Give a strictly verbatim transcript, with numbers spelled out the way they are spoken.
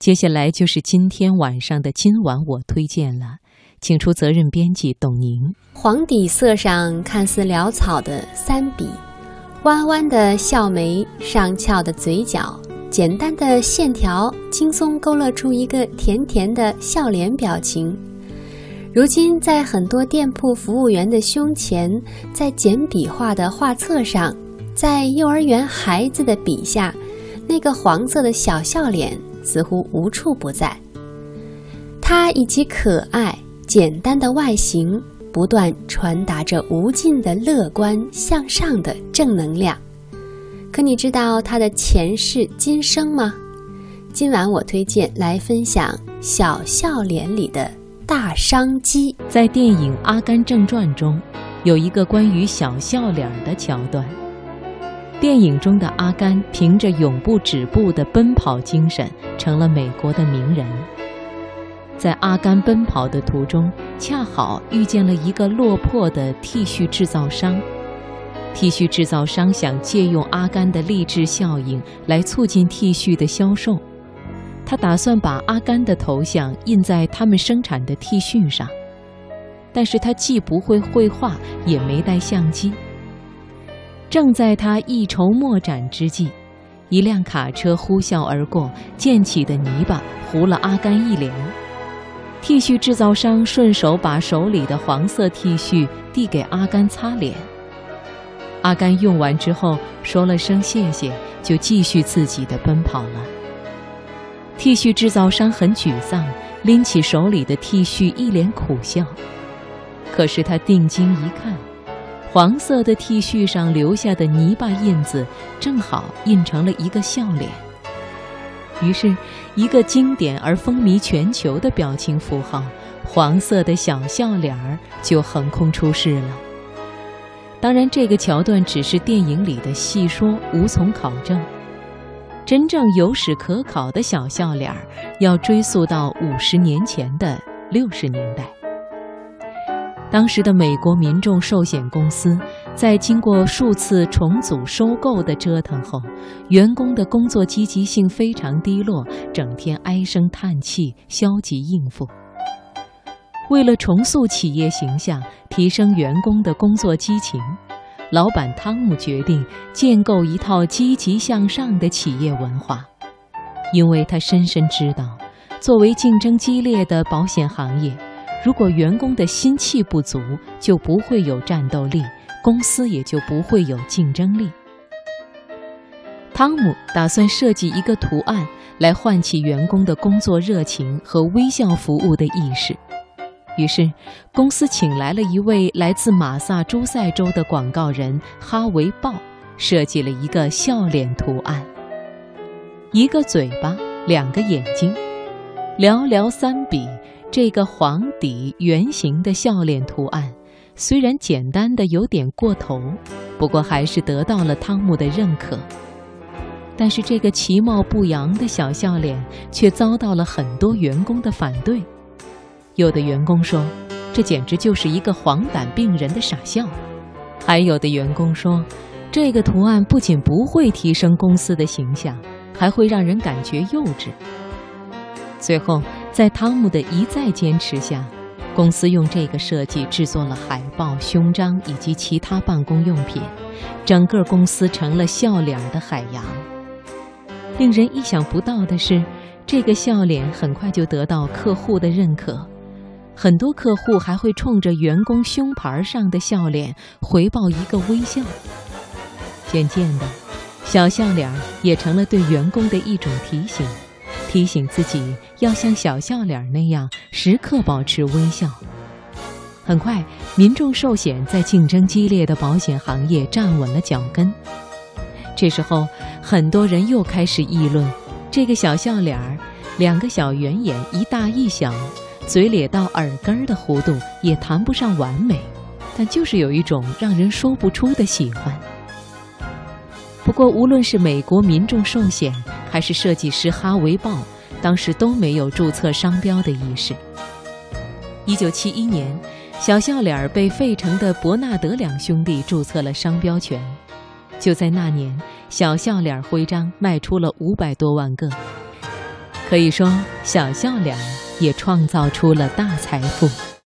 接下来就是今天晚上的今晚我推荐了，请出责任编辑董宁。 黄底色上看似潦草的三笔，弯弯的笑眉，上翘的嘴角，简单的线条轻松勾勒出一个甜甜的笑脸表情。如今在很多店铺服务员的胸前，在简笔画的画册上，在幼儿园孩子的笔下，那个黄色的小笑脸似乎无处不在。它以其可爱简单的外形，不断传达着无尽的乐观向上的正能量。可你知道它的前世今生吗？今晚我推荐来分享小笑脸里的大商机。 在电影《阿甘正传》中，有一个关于小笑脸的桥段。电影中的阿甘凭着永不止步的奔跑精神，成了美国的名人。在阿甘奔跑的途中，恰好遇见了一个落魄的 T 恤制造商。T 恤制造商想借用阿甘的励志效应来促进 T 恤的销售，他打算把阿甘的头像印在他们生产的 T 恤上，但是他既不会绘画，也没带相机。正在他一筹莫展之际，一辆卡车呼啸而过，溅起的泥巴糊了阿甘一脸。T 恤制造商顺手把手里的黄色 T 恤递给阿甘擦脸。阿甘用完之后说了声谢谢，就继续自己的奔跑了。T 恤制造商很沮丧，拎起手里的 T 恤一脸苦笑。可是他定睛一看，黄色的 T 恤上留下的泥巴印子正好印成了一个笑脸。于是一个经典而风靡全球的表情符号，黄色的小笑脸儿就横空出世了。当然这个桥段只是电影里的戏说，无从考证。真正有史可考的小笑脸儿要追溯到五十年前的六十年代。当时的美国民众寿险公司在经过数次重组收购的折腾后，员工的工作积极性非常低落，整天唉声叹气，消极应付。为了重塑企业形象，提升员工的工作激情，老板汤姆决定建构一套积极向上的企业文化。因为他深深知道，作为竞争激烈的保险行业，如果员工的心气不足，就不会有战斗力，公司也就不会有竞争力。汤姆打算设计一个图案来唤起员工的工作热情和微笑服务的意识。于是公司请来了一位来自马萨诸塞州的广告人哈维·鲍，设计了一个笑脸图案。一个嘴巴，两个眼睛，寥寥三笔，这个黄底圆形的笑脸图案虽然简单的有点过头，不过还是得到了汤姆的认可。但是这个其貌不扬的小笑脸却遭到了很多员工的反对。有的员工说，这简直就是一个黄疸病人的傻笑。还有的员工说，这个图案不仅不会提升公司的形象，还会让人感觉幼稚。最后在汤姆的一再坚持下，公司用这个设计制作了海报、胸章以及其他办公用品，整个公司成了笑脸的海洋。令人意想不到的是，这个笑脸很快就得到客户的认可，很多客户还会冲着员工胸牌上的笑脸回报一个微笑。渐渐的，小笑脸也成了对员工的一种提醒，提醒自己要像小笑脸那样时刻保持微笑。很快，民众寿险在竞争激烈的保险行业站稳了脚跟。这时候很多人又开始议论，这个小笑脸儿，两个小圆眼，一大一小，嘴咧到耳根的弧度也谈不上完美，但就是有一种让人说不出的喜欢。不过无论是美国民众寿险还是设计师哈维·鲍，当时都没有注册商标的意识。一九七一年，小笑脸被费城的伯纳德两兄弟注册了商标权。就在那年，小笑脸徽章卖出了五百多万个。 可以说，小笑脸也创造出了大财富。